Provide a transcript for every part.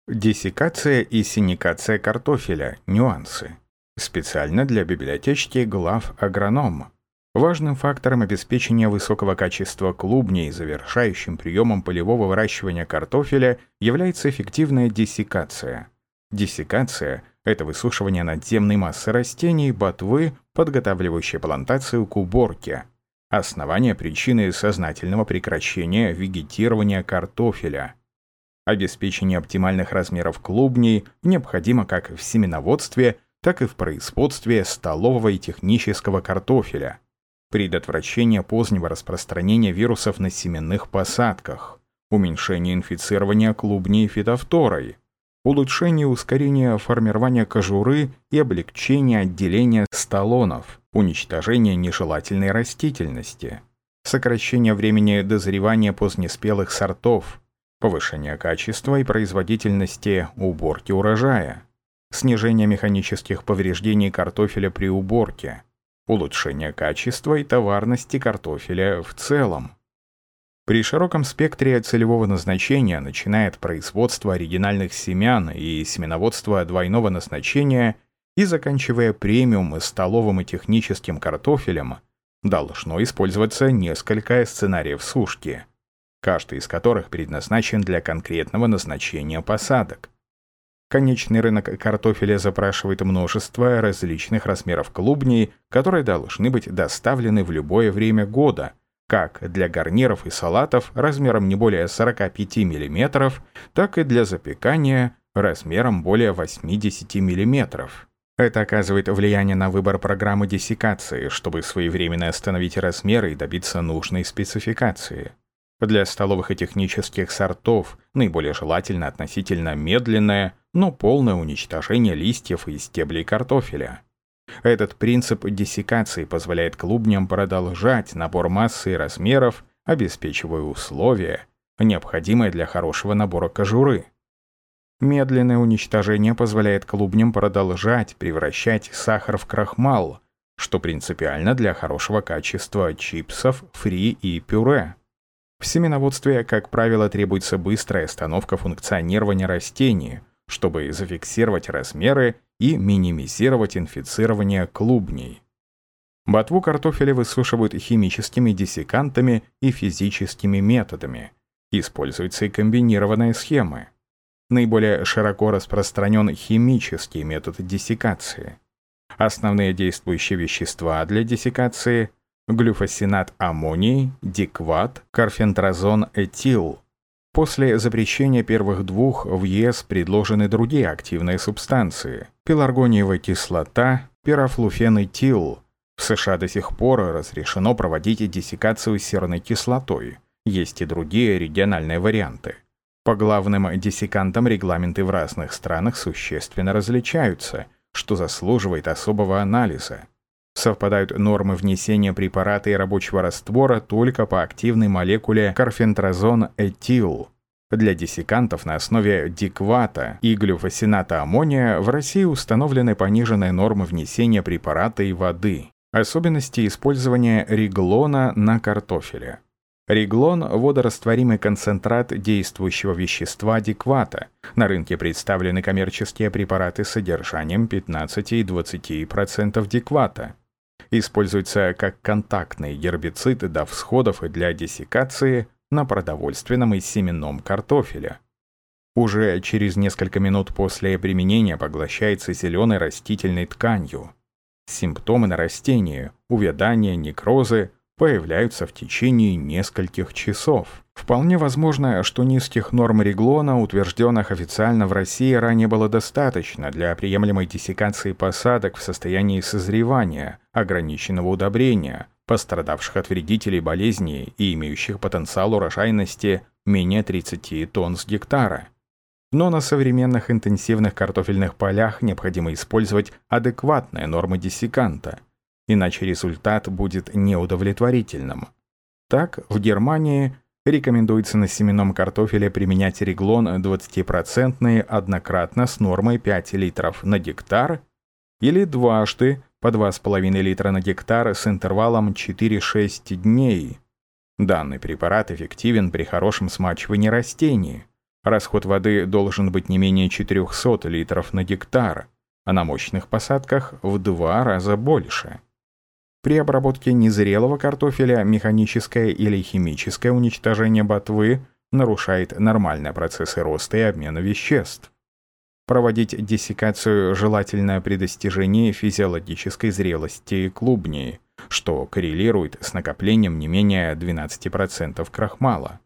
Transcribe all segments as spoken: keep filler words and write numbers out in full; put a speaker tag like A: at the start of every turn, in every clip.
A: Диссекация и синекация картофеля. Нюансы. Специально для библиотечки глав агроном. Важным фактором обеспечения высокого качества клубней, завершающим приемом полевого выращивания картофеля, является эффективная диссекация. Диссекация – это высушивание надземной массы растений, ботвы, подготавливающей плантацию к уборке. Основание причины сознательного прекращения вегетирования картофеля. Обеспечение оптимальных размеров клубней необходимо как в семеноводстве, так и в производстве столового и технического картофеля. Предотвращение позднего распространения вирусов на семенных посадках. Уменьшение инфицирования клубней фитофторой. Улучшение и ускорение формирования кожуры и облегчение отделения столонов. Уничтожение нежелательной растительности. Сокращение времени дозревания позднеспелых сортов. Повышение качества и производительности уборки урожая. Снижение механических повреждений картофеля при уборке. Улучшение качества и товарности картофеля в целом. При широком спектре целевого назначения, начиная от производства оригинальных семян и семеноводства двойного назначения и заканчивая премиум, столовым и техническим картофелем, должно использоваться несколько сценариев сушки, каждый из которых предназначен для конкретного назначения посадок. Конечный рынок картофеля запрашивает множество различных размеров клубней, которые должны быть доставлены в любое время года, как для гарниров и салатов размером не более сорок пять миллиметров, так и для запекания размером более восемьдесят миллиметров. Это оказывает влияние на выбор программы диссекации, чтобы своевременно остановить размеры и добиться нужной спецификации. Для столовых и технических сортов наиболее желательно относительно медленное, но полное уничтожение листьев и стеблей картофеля. Этот принцип диссекации позволяет клубням продолжать набор массы и размеров, обеспечивая условия, необходимые для хорошего набора кожуры. Медленное уничтожение позволяет клубням продолжать превращать сахар в крахмал, что принципиально для хорошего качества чипсов, фри и пюре. В семеноводстве, как правило, требуется быстрая остановка функционирования растений, чтобы зафиксировать размеры и минимизировать инфицирование клубней. Ботву картофеля высушивают химическими диссекантами и физическими методами. Используются и комбинированные схемы. Наиболее широко распространен химический метод диссекации. Основные действующие вещества для диссекации – глюфосинат аммоний, дикват, карфентразон этил. После запрещения первых двух в ЕС предложены другие активные субстанции – пеларгониевая кислота, пирофлуфенэтил. В США до сих пор разрешено проводить диссекацию серной кислотой. Есть и другие региональные варианты. По главным диссекантам регламенты в разных странах существенно различаются, что заслуживает особого анализа. Совпадают нормы внесения препарата и рабочего раствора только по активной молекуле карфентразон этил. Для диссекантов на основе диквата и глюфосината аммония в России установлены пониженные нормы внесения препарата и воды. Особенности использования реглона на картофеле. Реглон – водорастворимый концентрат действующего вещества диквата. На рынке представлены коммерческие препараты с содержанием пятнадцать-двадцать процентов диквата. Используется как контактный гербицид до всходов и для диссекации на продовольственном и семенном картофеле. Уже через несколько минут после применения поглощается зеленой растительной тканью. Симптомы на растении – увядание, некрозы – появляются в течение нескольких часов. Вполне возможно, что низких норм реглона, утвержденных официально в России, ранее было достаточно для приемлемой диссекации посадок в состоянии созревания, ограниченного удобрения, пострадавших от вредителей болезней и имеющих потенциал урожайности менее тридцати тонн с гектара. Но на современных интенсивных картофельных полях необходимо использовать адекватные нормы диссеканта, иначе результат будет неудовлетворительным. Так, в Германии рекомендуется на семенном картофеле применять реглон двадцатипроцентный однократно с нормой пять литров на гектар или дважды по два с половиной литра на гектар с интервалом четыре-шесть дней. Данный препарат эффективен при хорошем смачивании растений. Расход воды должен быть не менее четырехсот литров на гектар, а на мощных посадках в два раза больше. При обработке незрелого картофеля механическое или химическое уничтожение ботвы нарушает нормальные процессы роста и обмена веществ. Проводить дессекацию желательно при достижении физиологической зрелости клубней, что коррелирует с накоплением не менее двенадцати процентов крахмала.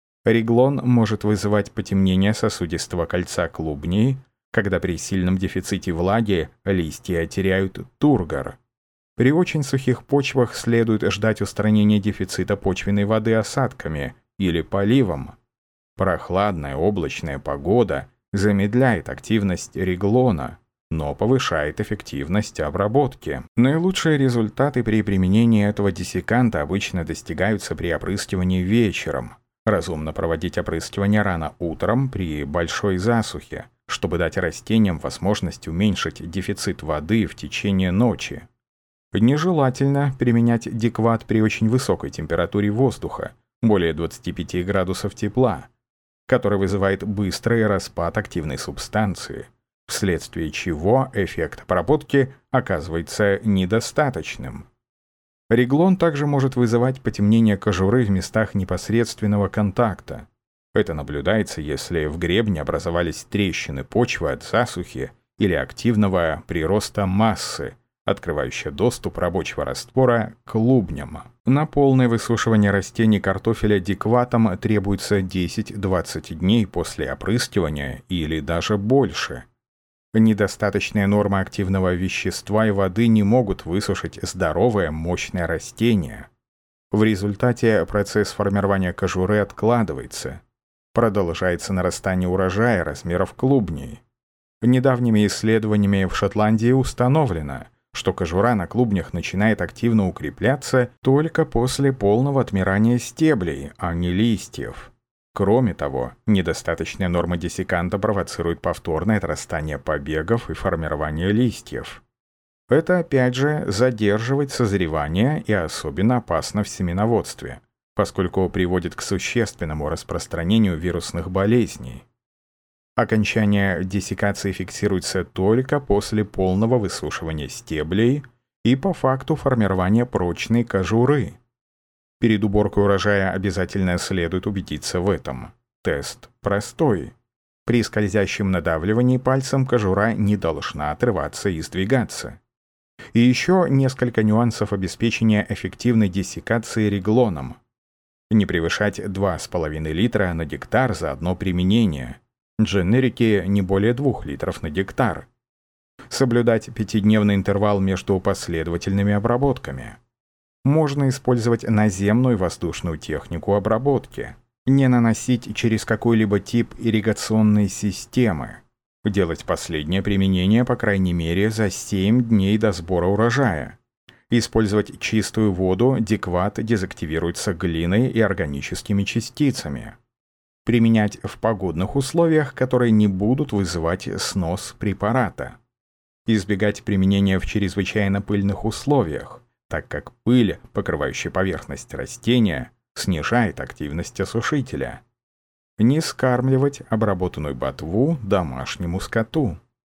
A: Реглон может вызывать потемнение сосудистого кольца клубней, когда при сильном дефиците влаги листья теряют тургор. При очень сухих почвах следует ждать устранения дефицита почвенной воды осадками или поливом. Прохладная облачная погода замедляет активность реглона, но повышает эффективность обработки. Наилучшие результаты при применении этого диссеканта обычно достигаются при опрыскивании вечером. Разумно проводить опрыскивание рано утром при большой засухе, чтобы дать растениям возможность уменьшить дефицит воды в течение ночи. Нежелательно применять дикват при очень высокой температуре воздуха, более двадцати пяти градусов тепла, который вызывает быстрый распад активной субстанции, вследствие чего эффект обработки оказывается недостаточным. Реглон также может вызывать потемнение кожуры в местах непосредственного контакта. Это наблюдается, если в гребне образовались трещины почвы от засухи или активного прироста массы, открывающая доступ рабочего раствора к клубням. На полное высушивание растений картофеля дикватом требуется десять-двадцать дней после опрыскивания или даже больше. Недостаточная норма активного вещества и воды не могут высушить здоровое, мощное растение. В результате процесс формирования кожуры откладывается. Продолжается нарастание урожая размеров клубней. Недавними исследованиями в Шотландии установлено, что кожура на клубнях начинает активно укрепляться только после полного отмирания стеблей, а не листьев. Кроме того, недостаточная норма диссеканта провоцирует повторное отрастание побегов и формирование листьев. Это опять же задерживает созревание и особенно опасно в семеноводстве, поскольку приводит к существенному распространению вирусных болезней. Окончание диссекации фиксируется только после полного высушивания стеблей и по факту формирования прочной кожуры. Перед уборкой урожая обязательно следует убедиться в этом. Тест простой. При скользящем надавливании пальцем кожура не должна отрываться и сдвигаться. И еще несколько нюансов обеспечения эффективной диссекации реглоном. Не превышать два с половиной литра на гектар за одно применение. Дженерики не более двух литров на гектар. Соблюдать пятидневный интервал между последовательными обработками. Можно использовать наземную воздушную технику обработки. Не наносить через какой-либо тип ирригационной системы. Делать последнее применение, по крайней мере, за семь дней до сбора урожая. Использовать чистую воду, дикват дезактивируется глиной и органическими частицами. Применять в погодных условиях, которые не будут вызывать снос препарата. Избегать применения в чрезвычайно пыльных условиях, так как пыль, покрывающая поверхность растения, снижает активность осушителя. Не скармливать обработанную ботву домашнему скоту.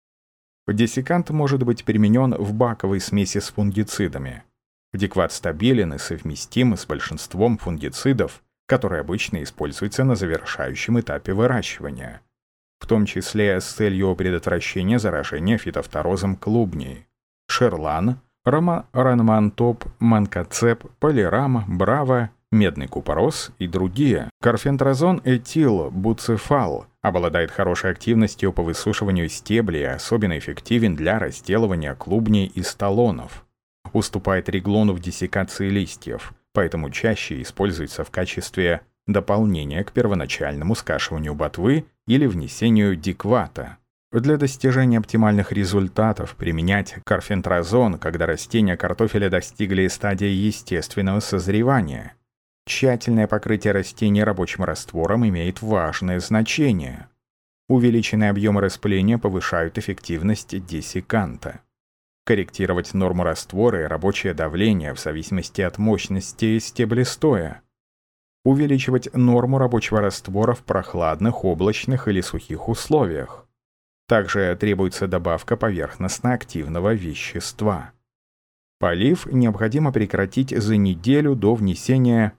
A: Диссекант может быть применен в баковой смеси с фунгицидами. Дикват стабилен и совместим с большинством фунгицидов, которые обычно используются на завершающем этапе выращивания, в том числе с целью предотвращения заражения фитофторозом клубней. Шерлан, Ранмантоп, Манкоцеп, Полирам, Браво, медный купорос и другие. Карфентразон этил буцефал обладает хорошей активностью по высушиванию стеблей и особенно эффективен для разделывания клубней и столонов. Уступает реглону в диссекации листьев, поэтому чаще используется в качестве дополнения к первоначальному скашиванию ботвы или внесению диквата. Для достижения оптимальных результатов применять карфентразон, когда растения картофеля достигли стадии естественного созревания. Тщательное покрытие растений рабочим раствором имеет важное значение. Увеличенные объемы распыления повышают эффективность диссеканта. Корректировать норму раствора и рабочее давление в зависимости от мощности стеблестоя. увеличивать норму рабочего раствора в прохладных, облачных или сухих условиях. Также требуется добавка поверхностно-активного вещества. Полив необходимо прекратить за неделю до внесения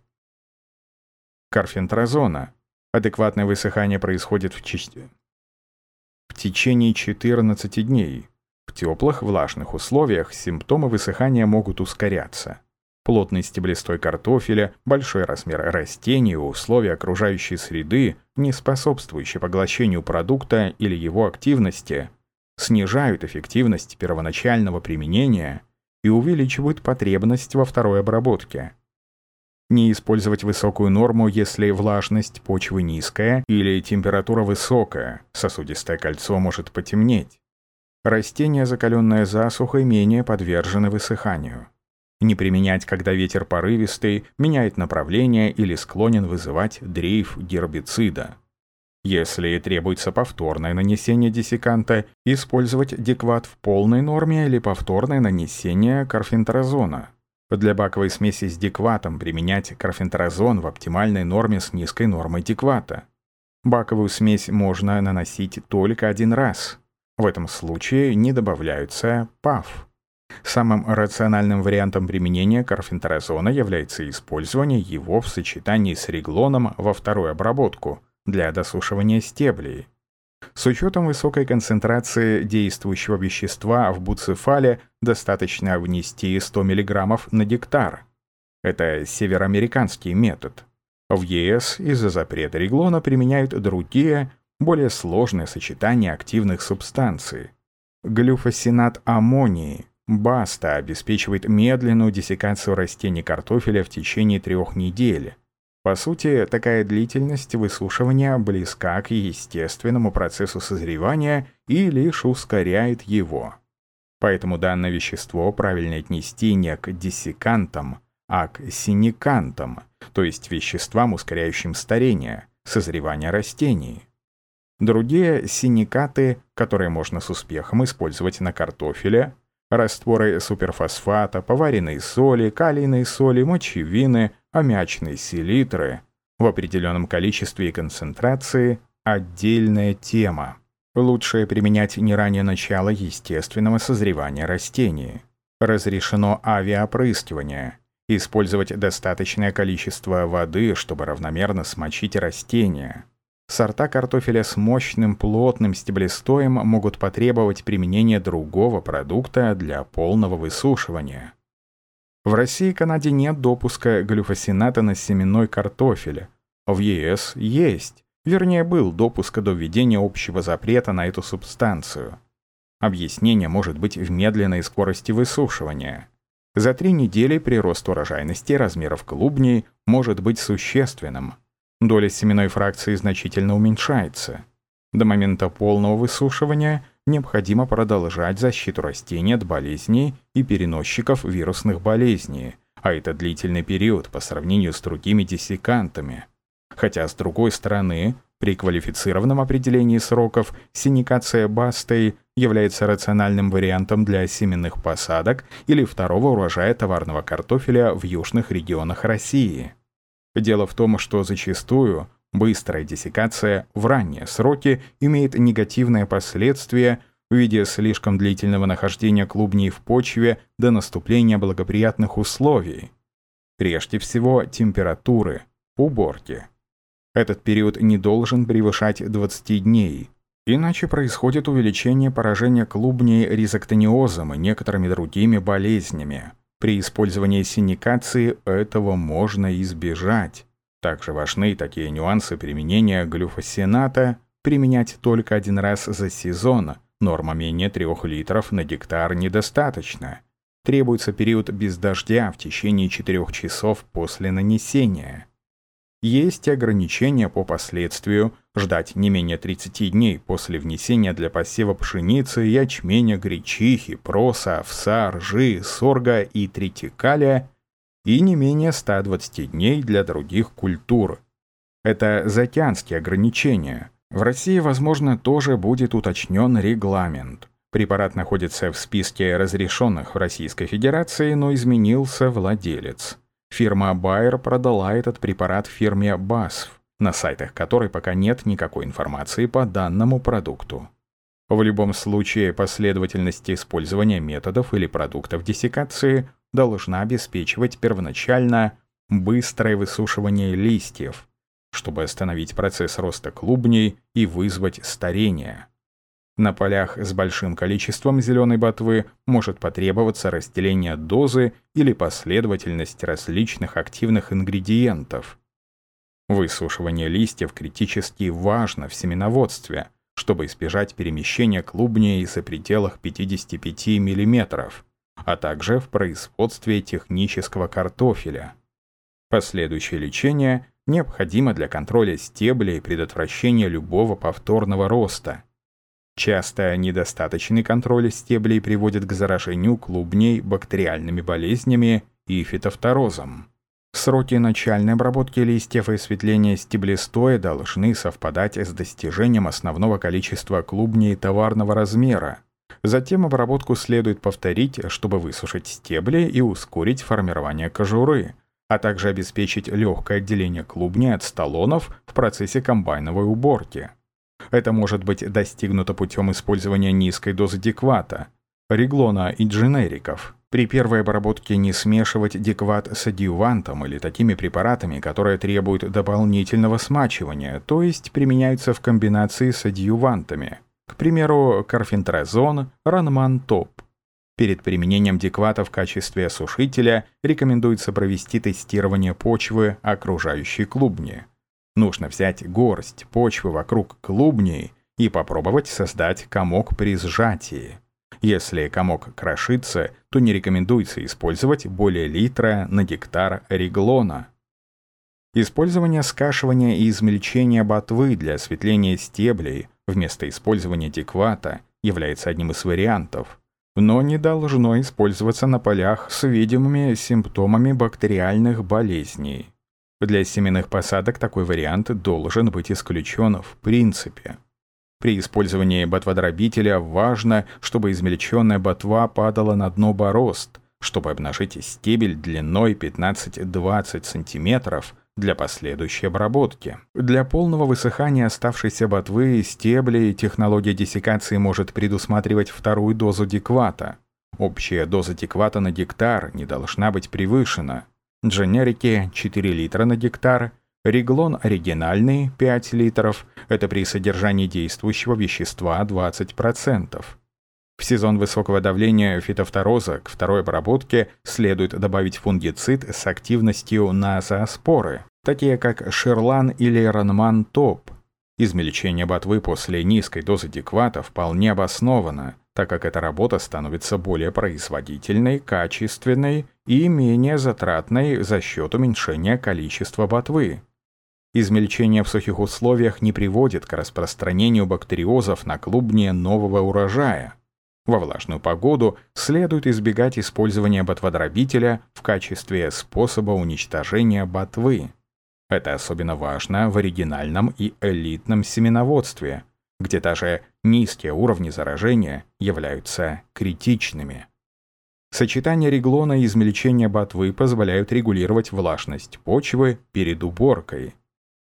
A: карфентразона. Адекватное высыхание происходит в, ч... в течение четырнадцати дней. В теплых, влажных условиях симптомы высыхания могут ускоряться. Плотность стеблестой картофеля, большой размер растений и условия окружающей среды, не способствующие поглощению продукта или его активности, снижают эффективность первоначального применения и увеличивают потребность во второй обработке. Не использовать высокую норму, если влажность почвы низкая или температура высокая, сосудистое кольцо может потемнеть. Растения, закаленные засухой, менее подвержены высыханию. Не применять, когда ветер порывистый, меняет направление или склонен вызывать дрейф гербицида. Если требуется повторное нанесение диссеканта, использовать декват в полной норме или повторное нанесение карфентразона. Для баковой смеси с декватом применять карфентразон в оптимальной норме с низкой нормой деквата. Баковую смесь можно наносить только один раз. В этом случае не добавляются паф. Самым рациональным вариантом применения карфентразона является использование его в сочетании с реглоном во вторую обработку для досушивания стеблей. С учетом высокой концентрации действующего вещества в буцефале достаточно внести сто миллиграммов на гектар. Это североамериканский метод. В ЕС из-за запрета реглона применяют другие, более сложные сочетания активных субстанций. Глюфосинат аммонии Баста обеспечивает медленную диссекацию растений картофеля в течение трех недель. По сути, такая длительность высушивания близка к естественному процессу созревания и лишь ускоряет его. Поэтому данное вещество правильно отнести не к диссекантам, а к синекантам, то есть веществам, ускоряющим старение, созревание растений. Другие синекаты, которые можно с успехом использовать на картофеле, растворы суперфосфата, поваренной соли, калийной соли, мочевины, аммиачной селитры в определенном количестве и концентрации – отдельная тема. Лучше применять не ранее начала естественного созревания растений. Разрешено авиаопрыскивание. Использовать достаточное количество воды, чтобы равномерно смочить растения. Сорта картофеля с мощным плотным стеблестоем могут потребовать применения другого продукта для полного высушивания. В России и Канаде нет допуска глюфосината на семенной картофель. В ЕС есть, вернее был допуск до введения общего запрета на эту субстанцию. Объяснение может быть в медленной скорости высушивания. За три недели прирост урожайности размеров клубней может быть существенным. Доля семенной фракции значительно уменьшается. До момента полного высушивания необходимо продолжать защиту растений от болезней и переносчиков вирусных болезней, а это длительный период по сравнению с другими диссекантами. Хотя, с другой стороны, при квалифицированном определении сроков синекация бастой является рациональным вариантом для семенных посадок или второго урожая товарного картофеля в южных регионах России. Дело в том, что зачастую быстрая диссекация в ранние сроки имеет негативные последствия в виде слишком длительного нахождения клубней в почве до наступления благоприятных условий. Прежде всего, температуры, уборки. Этот период не должен превышать двадцати дней, иначе происходит увеличение поражения клубней ризоктониозом и некоторыми другими болезнями. При использовании синекации этого можно избежать. Также важны такие нюансы применения глюфосината, применять только один раз за сезон, норма менее трех литров на гектар недостаточно. Требуется период без дождя в течение четырёх часов после нанесения. Есть ограничения по последствию, ждать не менее тридцати дней после внесения для посева пшеницы, ячменя, гречихи, проса, овса, ржи, сорга и тритикаля и не менее ста двадцати дней для других культур. Это заокеанские ограничения. В России, возможно, тоже будет уточнен регламент. Препарат находится в списке разрешенных в Российской Федерации, но изменился владелец. Фирма Bayer продала этот препарат фирме би эй эс эф, на сайтах которой пока нет никакой информации по данному продукту. В любом случае, последовательность использования методов или продуктов диссекации должна обеспечивать первоначально быстрое высушивание листьев, чтобы остановить процесс роста клубней и вызвать старение. На полях с большим количеством зеленой ботвы может потребоваться разделение дозы или последовательность различных активных ингредиентов. Высушивание листьев критически важно в семеноводстве, чтобы избежать перемещения клубней за пределах пятидесяти пяти миллиметров, а также в производстве технического картофеля. Последующее лечение необходимо для контроля стеблей и предотвращения любого повторного роста. Часто недостаточный контроль стеблей приводит к заражению клубней бактериальными болезнями и фитофторозом. Сроки начальной обработки листьев и осветления стеблестоя должны совпадать с достижением основного количества клубней товарного размера. Затем обработку следует повторить, чтобы высушить стебли и ускорить формирование кожуры, а также обеспечить легкое отделение клубней от столонов в процессе комбайновой уборки. Это может быть достигнуто путем использования низкой дозы диквата, реглона и дженериков. При первой обработке не смешивать дикват с адъювантом или такими препаратами, которые требуют дополнительного смачивания, то есть применяются в комбинации с адъювантами. К примеру, карфентразон, ранман-топ. Перед применением диквата в качестве осушителя рекомендуется провести тестирование почвы окружающей клубни. Нужно взять горсть почвы вокруг клубней и попробовать создать комок при сжатии. Если комок крошится, то не рекомендуется использовать более литра на гектар реглона. Использование скашивания и измельчения ботвы для осветления стеблей вместо использования диквата является одним из вариантов, но не должно использоваться на полях с видимыми симптомами бактериальных болезней. Для семенных посадок такой вариант должен быть исключен в принципе. При использовании ботводробителя важно, чтобы измельченная ботва падала на дно борозд, чтобы обнажить стебель длиной пятнадцать-двадцать сантиметров для последующей обработки. Для полного высыхания оставшейся ботвы и стеблей технология диссекации может предусматривать вторую дозу диквата. Общая доза диквата на гектар не должна быть превышена. Дженерики четыре литра на гектар, реглон оригинальный пять литров, это при содержании действующего вещества двадцать процентов. В сезон высокого давления фитофтороза к второй обработке следует добавить фунгицид с активностью на зооспоры, такие как шерлан или ранман-топ. Измельчение ботвы после низкой дозы диквата вполне обосновано, так как эта работа становится более производительной, качественной и менее затратной за счет уменьшения количества ботвы. Измельчение в сухих условиях не приводит к распространению бактериозов на клубни нового урожая. Во влажную погоду следует избегать использования ботводробителя в качестве способа уничтожения ботвы. Это особенно важно в оригинальном и элитном семеноводстве, где даже низкие уровни заражения являются критичными. Сочетание реглона и измельчения ботвы позволяют регулировать влажность почвы перед уборкой.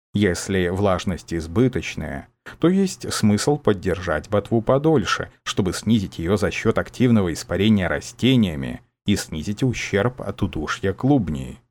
A: Если влажность избыточная, то есть смысл поддержать ботву подольше, чтобы снизить ее за счет активного испарения растениями и снизить ущерб от удушья клубней.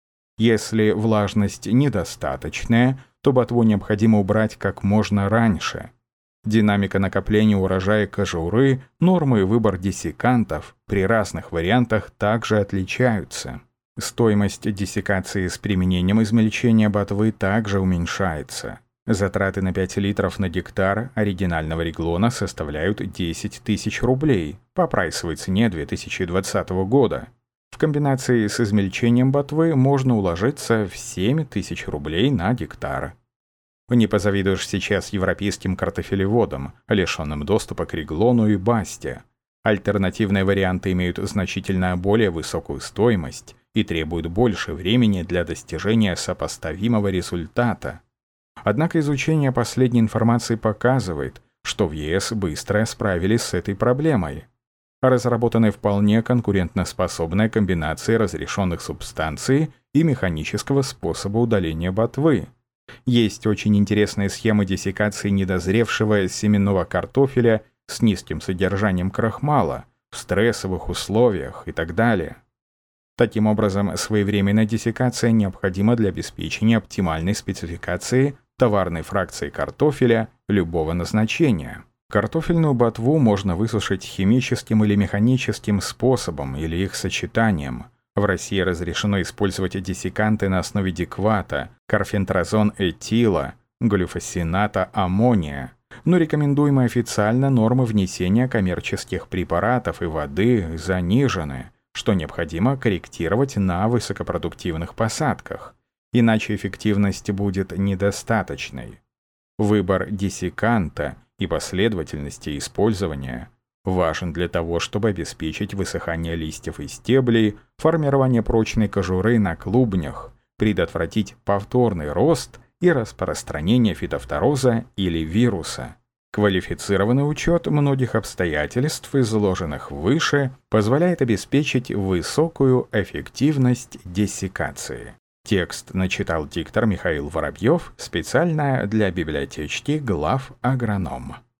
A: Если влажность недостаточная, то ботву необходимо убрать как можно раньше. Динамика накопления урожая кожуры, нормы и выбор диссекантов при разных вариантах также отличаются. Стоимость диссекации с применением измельчения ботвы также уменьшается. Затраты на пять литров на гектар оригинального реглона составляют десять тысяч рублей по прайсовой цене две тысячи двадцатого года. В комбинации с измельчением ботвы можно уложиться в семь тысяч рублей на гектар. Не позавидуешь сейчас европейским картофелеводам, лишенным доступа к реглону и басте. Альтернативные варианты имеют значительно более высокую стоимость и требуют больше времени для достижения сопоставимого результата. Однако изучение последней информации показывает, что в ЕС быстро справились с этой проблемой. Разработаны вполне конкурентоспособные комбинации разрешенных субстанций и механического способа удаления ботвы. Есть очень интересные схемы диссекации недозревшего семенного картофеля с низким содержанием крахмала в стрессовых условиях и так далее. Таким образом, своевременная диссекация необходима для обеспечения оптимальной спецификации товарной фракции картофеля любого назначения. Картофельную ботву можно высушить химическим или механическим способом или их сочетанием. В России разрешено использовать диссеканты на основе диквата, карфентразон этила, глюфосината аммония, но рекомендуемые официально нормы внесения коммерческих препаратов и воды занижены, что необходимо корректировать на высокопродуктивных посадках, иначе эффективность будет недостаточной. Выбор диссеканта и последовательности использования важен для того, чтобы обеспечить высыхание листьев и стеблей, формирование прочной кожуры на клубнях, предотвратить повторный рост и распространение фитофтороза или вируса. Квалифицированный учет многих обстоятельств, изложенных выше, позволяет обеспечить высокую эффективность диссекации. Текст начитал диктор Михаил Воробьев специально для библиотечки глав агроном.